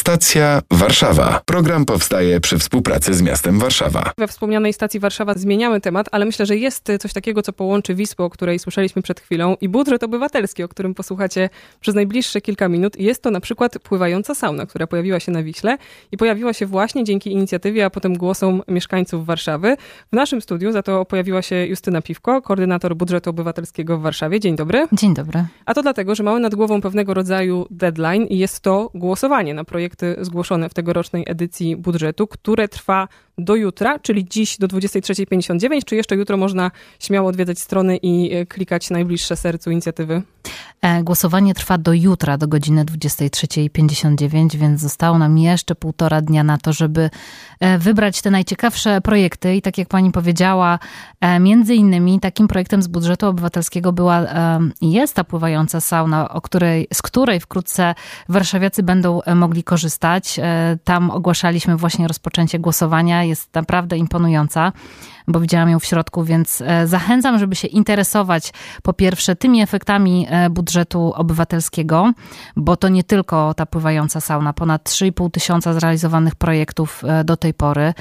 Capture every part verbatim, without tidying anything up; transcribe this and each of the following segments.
Stacja Warszawa. Program powstaje przy współpracy z miastem Warszawa. We wspomnianej stacji Warszawa zmieniamy temat, ale myślę, że jest coś takiego, co połączy Wisłę, o której słyszeliśmy przed chwilą, i budżet obywatelski, o którym posłuchacie przez najbliższe kilka minut. Jest to na przykład pływająca sauna, która pojawiła się na Wiśle i pojawiła się właśnie dzięki inicjatywie, a potem głosom mieszkańców Warszawy. W naszym studiu za to pojawiła się Justyna Piwko, koordynator budżetu obywatelskiego w Warszawie. Dzień dobry. Dzień dobry. A to dlatego, że mamy nad głową pewnego rodzaju deadline i jest to głosowanie na projekty zgłoszone w tegorocznej edycji budżetu, które trwa do jutra, czyli dziś do dwudziestej trzeciej pięćdziesiąt dziewięć, czy jeszcze jutro można śmiało odwiedzać strony i klikać najbliższe sercu inicjatywy? Głosowanie trwa do jutra, do godziny dwudziestej trzeciej pięćdziesiąt dziewięć, więc zostało nam jeszcze półtora dnia na to, żeby wybrać te najciekawsze projekty. I tak jak pani powiedziała, między innymi takim projektem z budżetu obywatelskiego była i jest ta pływająca sauna, o której, z której wkrótce warszawiacy będą mogli korzystać. Tam ogłaszaliśmy właśnie rozpoczęcie głosowania. Jest naprawdę imponująca, bo widziałam ją w środku, więc zachęcam, żeby się interesować po pierwsze tymi efektami budżetu obywatelskiego, bo to nie tylko ta pływająca sauna, ponad trzy i pół tysiąca zrealizowanych projektów do tej pory.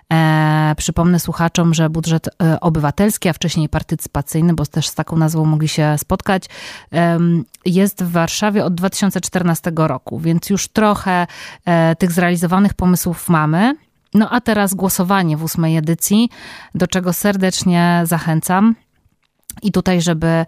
E, przypomnę słuchaczom, że budżet obywatelski, a wcześniej partycypacyjny, bo też z taką nazwą mogli się spotkać, e, jest w Warszawie od dwa tysiące czternastego roku, więc już trochę e, tych zrealizowanych pomysłów mamy. No a teraz głosowanie w ósmej edycji, do czego serdecznie zachęcam. I tutaj, żeby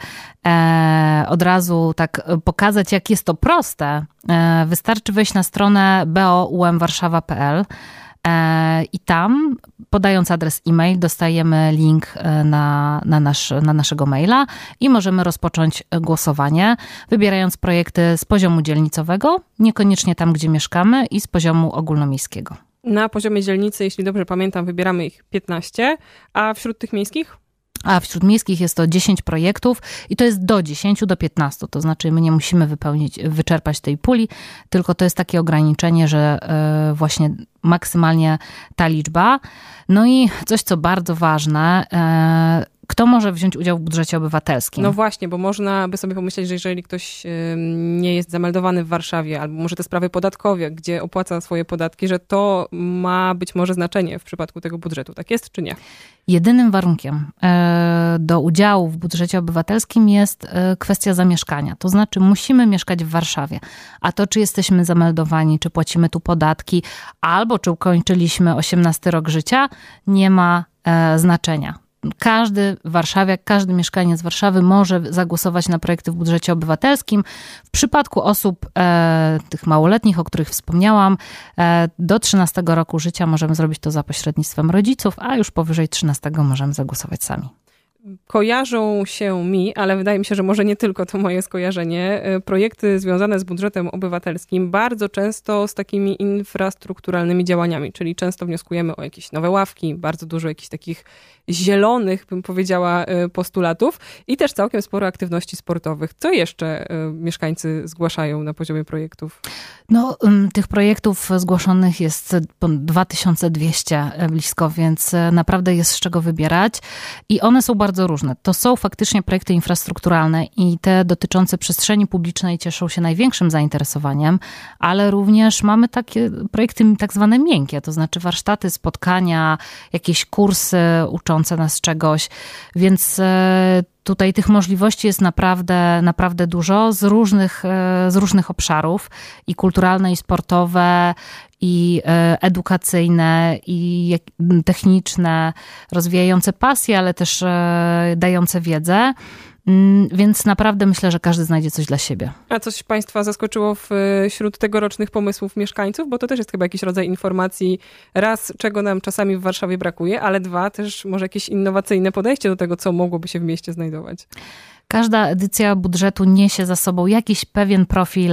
e, od razu tak pokazać, jak jest to proste, e, wystarczy wejść na stronę b o u m warszawa kropka p l e, i tam, podając adres e-mail, dostajemy link na, na, nasz, na naszego maila i możemy rozpocząć głosowanie, wybierając projekty z poziomu dzielnicowego, niekoniecznie tam, gdzie mieszkamy, i z poziomu ogólnomiejskiego. Na poziomie dzielnicy, jeśli dobrze pamiętam, wybieramy ich piętnaście, a wśród tych miejskich? A wśród miejskich jest to dziesięć projektów i to jest do dziesięciu, do piętnastu. To znaczy my nie musimy wypełnić, wyczerpać tej puli, tylko to jest takie ograniczenie, że właśnie maksymalnie ta liczba. No i coś, co bardzo ważne, kto może wziąć udział w budżecie obywatelskim? No właśnie, bo można by sobie pomyśleć, że jeżeli ktoś nie jest zameldowany w Warszawie, albo może te sprawy podatkowe, gdzie opłaca swoje podatki, że to ma być może znaczenie w przypadku tego budżetu. Tak jest, czy nie? Jedynym warunkiem do udziału w budżecie obywatelskim jest kwestia zamieszkania. To znaczy musimy mieszkać w Warszawie. A to, czy jesteśmy zameldowani, czy płacimy tu podatki, albo czy ukończyliśmy osiemnasty rok życia, nie ma znaczenia. Każdy warszawiak, każdy mieszkaniec Warszawy może zagłosować na projekty w budżecie obywatelskim. W przypadku osób e, tych małoletnich, o których wspomniałam, e, do trzynastego roku życia możemy zrobić to za pośrednictwem rodziców, a już powyżej trzynastego możemy zagłosować sami. Kojarzą się mi, ale wydaje mi się, że może nie tylko to moje skojarzenie, projekty związane z budżetem obywatelskim bardzo często z takimi infrastrukturalnymi działaniami, czyli często wnioskujemy o jakieś nowe ławki, bardzo dużo jakichś takich zielonych, bym powiedziała, postulatów i też całkiem sporo aktywności sportowych. Co jeszcze mieszkańcy zgłaszają na poziomie projektów? No, tych projektów zgłoszonych jest dwa tysiące dwieście blisko, więc naprawdę jest z czego wybierać i one są bardzo różne. To są faktycznie projekty infrastrukturalne i te dotyczące przestrzeni publicznej cieszą się największym zainteresowaniem, ale również mamy takie projekty tak zwane miękkie, to znaczy warsztaty, spotkania, jakieś kursy uczące nas czegoś, więc tutaj tych możliwości jest naprawdę, naprawdę dużo z różnych, z różnych obszarów, i kulturalne, i sportowe, i edukacyjne, i techniczne, rozwijające pasje, ale też dające wiedzę. Więc naprawdę myślę, że każdy znajdzie coś dla siebie. A coś Państwa zaskoczyło wśród tegorocznych pomysłów mieszkańców? Bo to też jest chyba jakiś rodzaj informacji, raz, czego nam czasami w Warszawie brakuje, ale dwa, też może jakieś innowacyjne podejście do tego, co mogłoby się w mieście znajdować. Każda edycja budżetu niesie za sobą jakiś pewien profil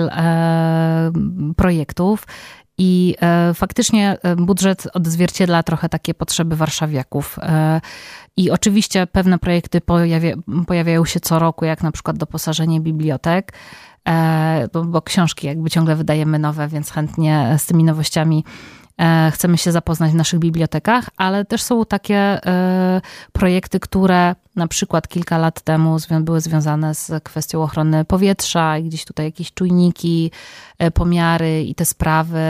e, projektów. I faktycznie budżet odzwierciedla trochę takie potrzeby warszawiaków. I oczywiście pewne projekty pojawia, pojawiają się co roku, jak na przykład doposażenie bibliotek, bo, bo książki jakby ciągle wydajemy nowe, więc chętnie z tymi nowościami chcemy się zapoznać w naszych bibliotekach, ale też są takie projekty, które na przykład kilka lat temu były związane z kwestią ochrony powietrza i gdzieś tutaj jakieś czujniki, pomiary i te sprawy.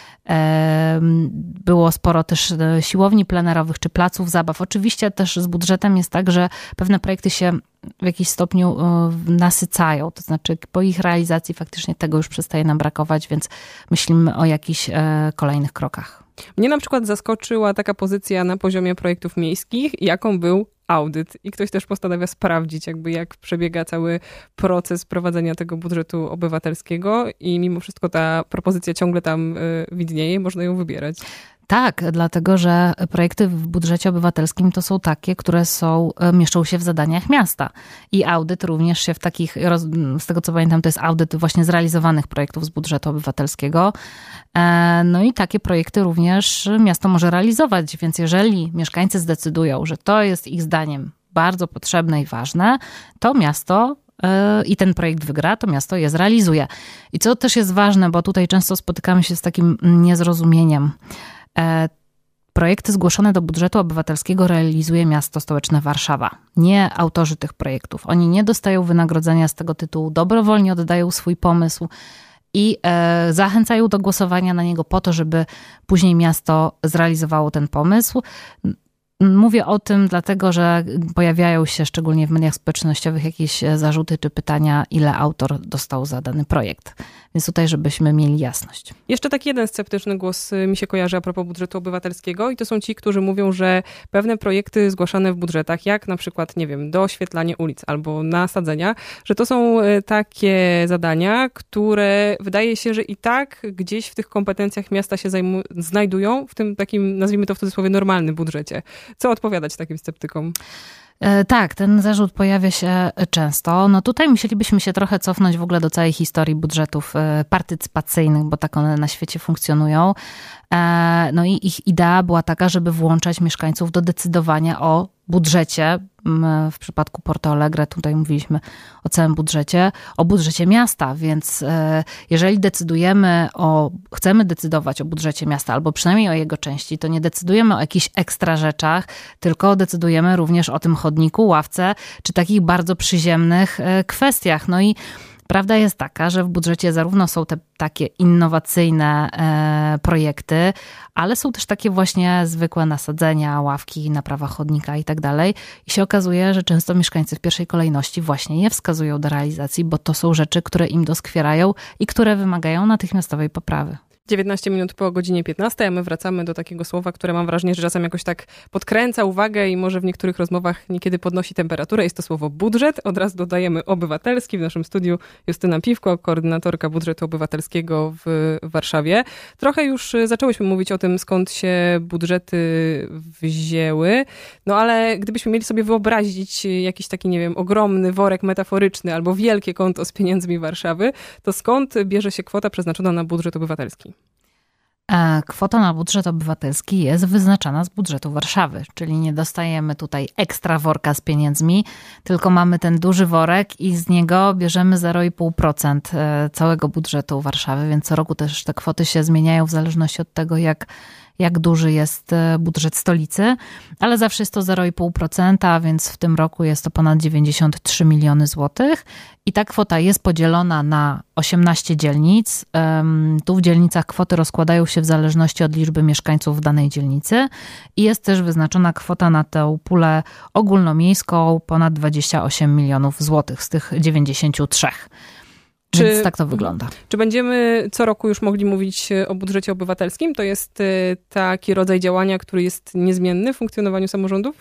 Było sporo też siłowni plenerowych czy placów zabaw. Oczywiście też z budżetem jest tak, że pewne projekty się w jakiś stopniu nasycają, to znaczy po ich realizacji faktycznie tego już przestaje nam brakować, więc myślimy o jakichś kolejnych krokach. Mnie na przykład zaskoczyła taka pozycja na poziomie projektów miejskich, jaką był audyt. I ktoś też postanawia sprawdzić, jakby jak przebiega cały proces prowadzenia tego budżetu obywatelskiego i mimo wszystko ta propozycja ciągle tam widnieje, można ją wybierać. Tak, dlatego że projekty w budżecie obywatelskim to są takie, które są, mieszczą się w zadaniach miasta. I audyt również się w takich, z tego co pamiętam, to jest audyt właśnie zrealizowanych projektów z budżetu obywatelskiego. No i takie projekty również miasto może realizować, więc jeżeli mieszkańcy zdecydują, że to jest ich zdaniem bardzo potrzebne i ważne, to miasto i ten projekt wygra, to miasto je zrealizuje. I co też jest ważne, bo tutaj często spotykamy się z takim niezrozumieniem. Projekty zgłoszone do budżetu obywatelskiego realizuje miasto stołeczne Warszawa, nie autorzy tych projektów. Oni nie dostają wynagrodzenia z tego tytułu, dobrowolnie oddają swój pomysł i zachęcają do głosowania na niego po to, żeby później miasto zrealizowało ten pomysł. Mówię o tym dlatego, że pojawiają się szczególnie w mediach społecznościowych jakieś zarzuty czy pytania, ile autor dostał za dany projekt. Więc tutaj, żebyśmy mieli jasność. Jeszcze taki jeden sceptyczny głos mi się kojarzy a propos budżetu obywatelskiego i to są ci, którzy mówią, że pewne projekty zgłaszane w budżetach, jak na przykład, nie wiem, doświetlanie ulic albo nasadzenia, że to są takie zadania, które wydaje się, że i tak gdzieś w tych kompetencjach miasta się zajmu- znajdują, w tym takim, nazwijmy to w cudzysłowie, normalnym budżecie. Co odpowiadać takim sceptykom? Tak, ten zarzut pojawia się często. No tutaj musielibyśmy się trochę cofnąć w ogóle do całej historii budżetów partycypacyjnych, bo tak one na świecie funkcjonują. No i ich idea była taka, żeby włączać mieszkańców do decydowania o budżecie. W przypadku Porto Alegre tutaj mówiliśmy o całym budżecie, o budżecie miasta, więc jeżeli decydujemy o, chcemy decydować o budżecie miasta, albo przynajmniej o jego części, to nie decydujemy o jakichś ekstra rzeczach, tylko decydujemy również o tym chodniku, ławce, czy takich bardzo przyziemnych kwestiach. No i prawda jest taka, że w budżecie zarówno są te takie innowacyjne e, projekty, ale są też takie właśnie zwykłe nasadzenia, ławki, naprawa chodnika i tak dalej. I się okazuje, że często mieszkańcy w pierwszej kolejności właśnie je wskazują do realizacji, bo to są rzeczy, które im doskwierają i które wymagają natychmiastowej poprawy. dziewiętnaście minut po godzinie piętnastej, a my wracamy do takiego słowa, które mam wrażenie, że czasem jakoś tak podkręca uwagę i może w niektórych rozmowach niekiedy podnosi temperaturę. Jest to słowo budżet. Od razu dodajemy obywatelski. W naszym studiu Justyna Piwko, koordynatorka budżetu obywatelskiego w Warszawie. Trochę już zaczęłyśmy mówić o tym, skąd się budżety wzięły. No ale gdybyśmy mieli sobie wyobrazić jakiś taki, nie wiem, ogromny worek metaforyczny albo wielkie konto z pieniędzmi Warszawy, to skąd bierze się kwota przeznaczona na budżet obywatelski? Kwota na budżet obywatelski jest wyznaczana z budżetu Warszawy, czyli nie dostajemy tutaj ekstra worka z pieniędzmi, tylko mamy ten duży worek i z niego bierzemy zero przecinek pięć procent całego budżetu Warszawy, więc co roku też te kwoty się zmieniają w zależności od tego, jak jak duży jest budżet stolicy, ale zawsze jest to zero przecinek pięć procent, a więc w tym roku jest to ponad dziewięćdziesiąt trzy miliony złotych i ta kwota jest podzielona na osiemnaście dzielnic. Tu w dzielnicach kwoty rozkładają się w zależności od liczby mieszkańców w danej dzielnicy i jest też wyznaczona kwota na tę pulę ogólnomiejską ponad dwadzieścia osiem milionów złotych z tych dziewięćdziesięciu trzech. Czy, Więc tak to wygląda. Czy będziemy co roku już mogli mówić o budżecie obywatelskim? To jest taki rodzaj działania, który jest niezmienny w funkcjonowaniu samorządów?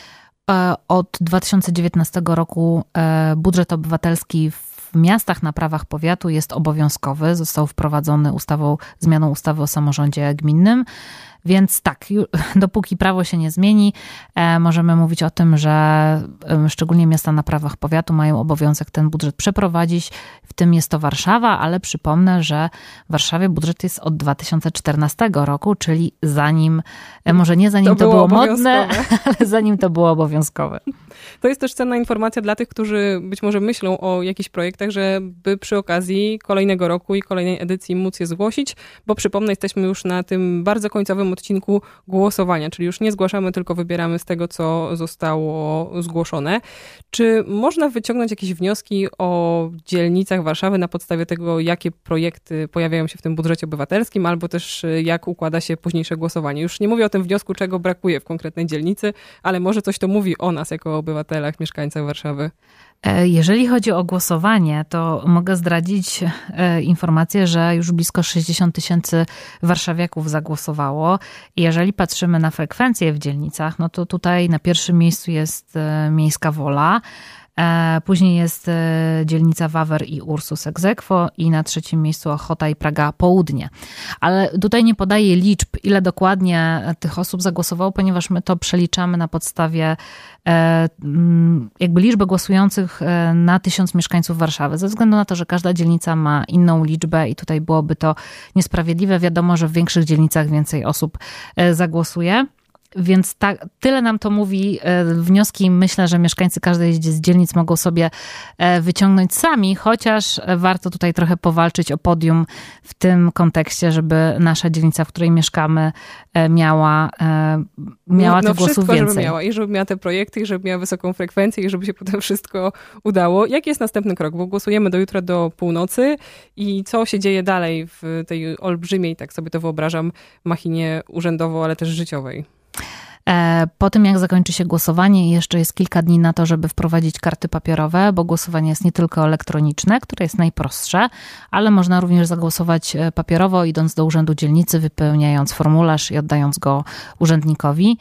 Od dwa tysiące dziewiętnastego roku budżet obywatelski w miastach na prawach powiatu jest obowiązkowy. Został wprowadzony ustawą, zmianą ustawy o samorządzie gminnym. Więc tak, dopóki prawo się nie zmieni, możemy mówić o tym, że szczególnie miasta na prawach powiatu mają obowiązek ten budżet przeprowadzić. W tym jest to Warszawa, ale przypomnę, że w Warszawie budżet jest od dwa tysiące czternastego roku, czyli zanim, może nie zanim to, to było, było modne, ale zanim to było obowiązkowe. To jest też cenna informacja dla tych, którzy być może myślą o jakichś projektach, żeby przy okazji kolejnego roku i kolejnej edycji móc je zgłosić, bo przypomnę, jesteśmy już na tym bardzo końcowym odcinku głosowania, czyli już nie zgłaszamy, tylko wybieramy z tego, co zostało zgłoszone. Czy można wyciągnąć jakieś wnioski o dzielnicach Warszawy na podstawie tego, jakie projekty pojawiają się w tym budżecie obywatelskim, albo też jak układa się późniejsze głosowanie? Już nie mówię o tym wniosku, czego brakuje w konkretnej dzielnicy, ale może coś to mówi o nas jako obywatelach, mieszkańcach Warszawy. Jeżeli chodzi o głosowanie, to mogę zdradzić informację, że już blisko sześćdziesiąt tysięcy warszawiaków zagłosowało. I jeżeli patrzymy na frekwencję w dzielnicach, no to tutaj na pierwszym miejscu jest Miejska Wola, później jest dzielnica Wawer i Ursus ex aequo i na trzecim miejscu Ochota i Praga Południe. Ale tutaj nie podaję liczb, ile dokładnie tych osób zagłosowało, ponieważ my to przeliczamy na podstawie jakby liczby głosujących na tysiąc mieszkańców Warszawy. Ze względu na to, że każda dzielnica ma inną liczbę i tutaj byłoby to niesprawiedliwe. Wiadomo, że w większych dzielnicach więcej osób zagłosuje. Więc tak, tyle nam to mówi. Wnioski myślę, że mieszkańcy każdej z dzielnic mogą sobie wyciągnąć sami, chociaż warto tutaj trochę powalczyć o podium w tym kontekście, żeby nasza dzielnica, w której mieszkamy, miała, miała no, tych głosów wszystko, więcej. Żeby miała. I żeby miała te projekty, i żeby miała wysoką frekwencję, i żeby się potem wszystko udało. Jaki jest następny krok? Bo głosujemy do jutra do północy i co się dzieje dalej w tej olbrzymiej, tak sobie to wyobrażam, machinie urzędowo, ale też życiowej? Po tym, jak zakończy się głosowanie, jeszcze jest kilka dni na to, żeby wprowadzić karty papierowe, bo głosowanie jest nie tylko elektroniczne, które jest najprostsze, ale można również zagłosować papierowo, idąc do urzędu dzielnicy, wypełniając formularz i oddając go urzędnikowi.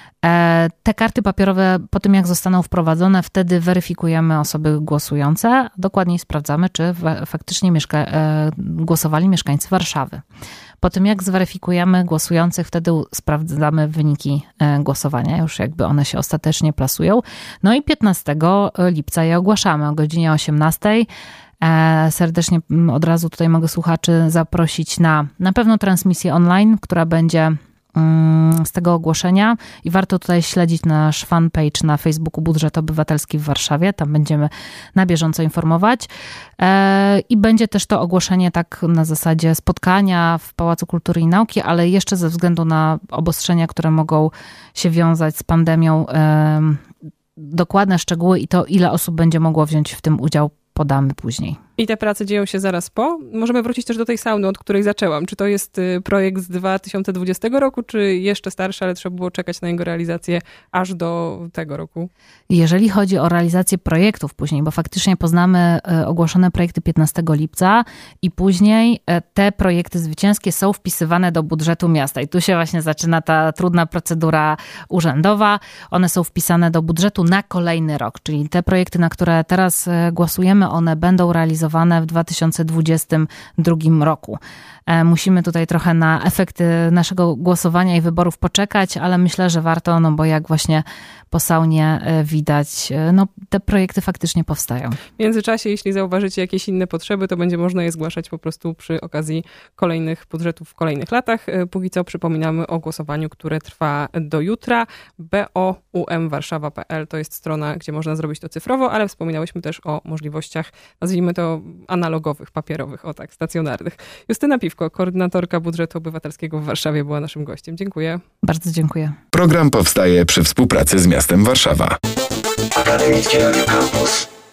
Te karty papierowe po tym, jak zostaną wprowadzone, wtedy weryfikujemy osoby głosujące, dokładniej sprawdzamy, czy faktycznie mieszka- głosowali mieszkańcy Warszawy. Po tym, jak zweryfikujemy głosujących, wtedy sprawdzamy wyniki głosowania, już jakby one się ostatecznie plasują. No i piętnastego lipca je ogłaszamy o godzinie osiemnastej. Serdecznie od razu tutaj mogę słuchaczy zaprosić na na pewno transmisję online, która będzie z tego ogłoszenia i warto tutaj śledzić nasz fanpage na Facebooku Budżet Obywatelski w Warszawie. Tam będziemy na bieżąco informować. I będzie też to ogłoszenie tak na zasadzie spotkania w Pałacu Kultury i Nauki, ale jeszcze ze względu na obostrzenia, które mogą się wiązać z pandemią, dokładne szczegóły i to, ile osób będzie mogło wziąć w tym udział, podamy później. I te prace dzieją się zaraz po? Możemy wrócić też do tej sauny, od której zaczęłam. Czy to jest projekt z dwa tysiące dwudziestego roku, czy jeszcze starszy, ale trzeba było czekać na jego realizację aż do tego roku? Jeżeli chodzi o realizację projektów później, bo faktycznie poznamy ogłoszone projekty piętnastego lipca i później te projekty zwycięskie są wpisywane do budżetu miasta. I tu się właśnie zaczyna ta trudna procedura urzędowa. One są wpisane do budżetu na kolejny rok, czyli te projekty, na które teraz głosujemy, one będą realizowane w dwa tysiące dwudziestym drugim roku. Musimy tutaj trochę na efekty naszego głosowania i wyborów poczekać, ale myślę, że warto, no bo jak właśnie po saunie widać, no te projekty faktycznie powstają. W międzyczasie, jeśli zauważycie jakieś inne potrzeby, to będzie można je zgłaszać po prostu przy okazji kolejnych budżetów w kolejnych latach. Póki co przypominamy o głosowaniu, które trwa do jutra. b o u m warszawa kropka p l to jest strona, gdzie można zrobić to cyfrowo, ale wspominałyśmy też o możliwościach, nazwijmy to analogowych, papierowych, o tak, stacjonarnych. Justyna Piwko, koordynatorka budżetu obywatelskiego w Warszawie, była naszym gościem. Dziękuję. Bardzo dziękuję. Program powstaje przy współpracy z miastem Warszawa. Akademickie Radio Campus.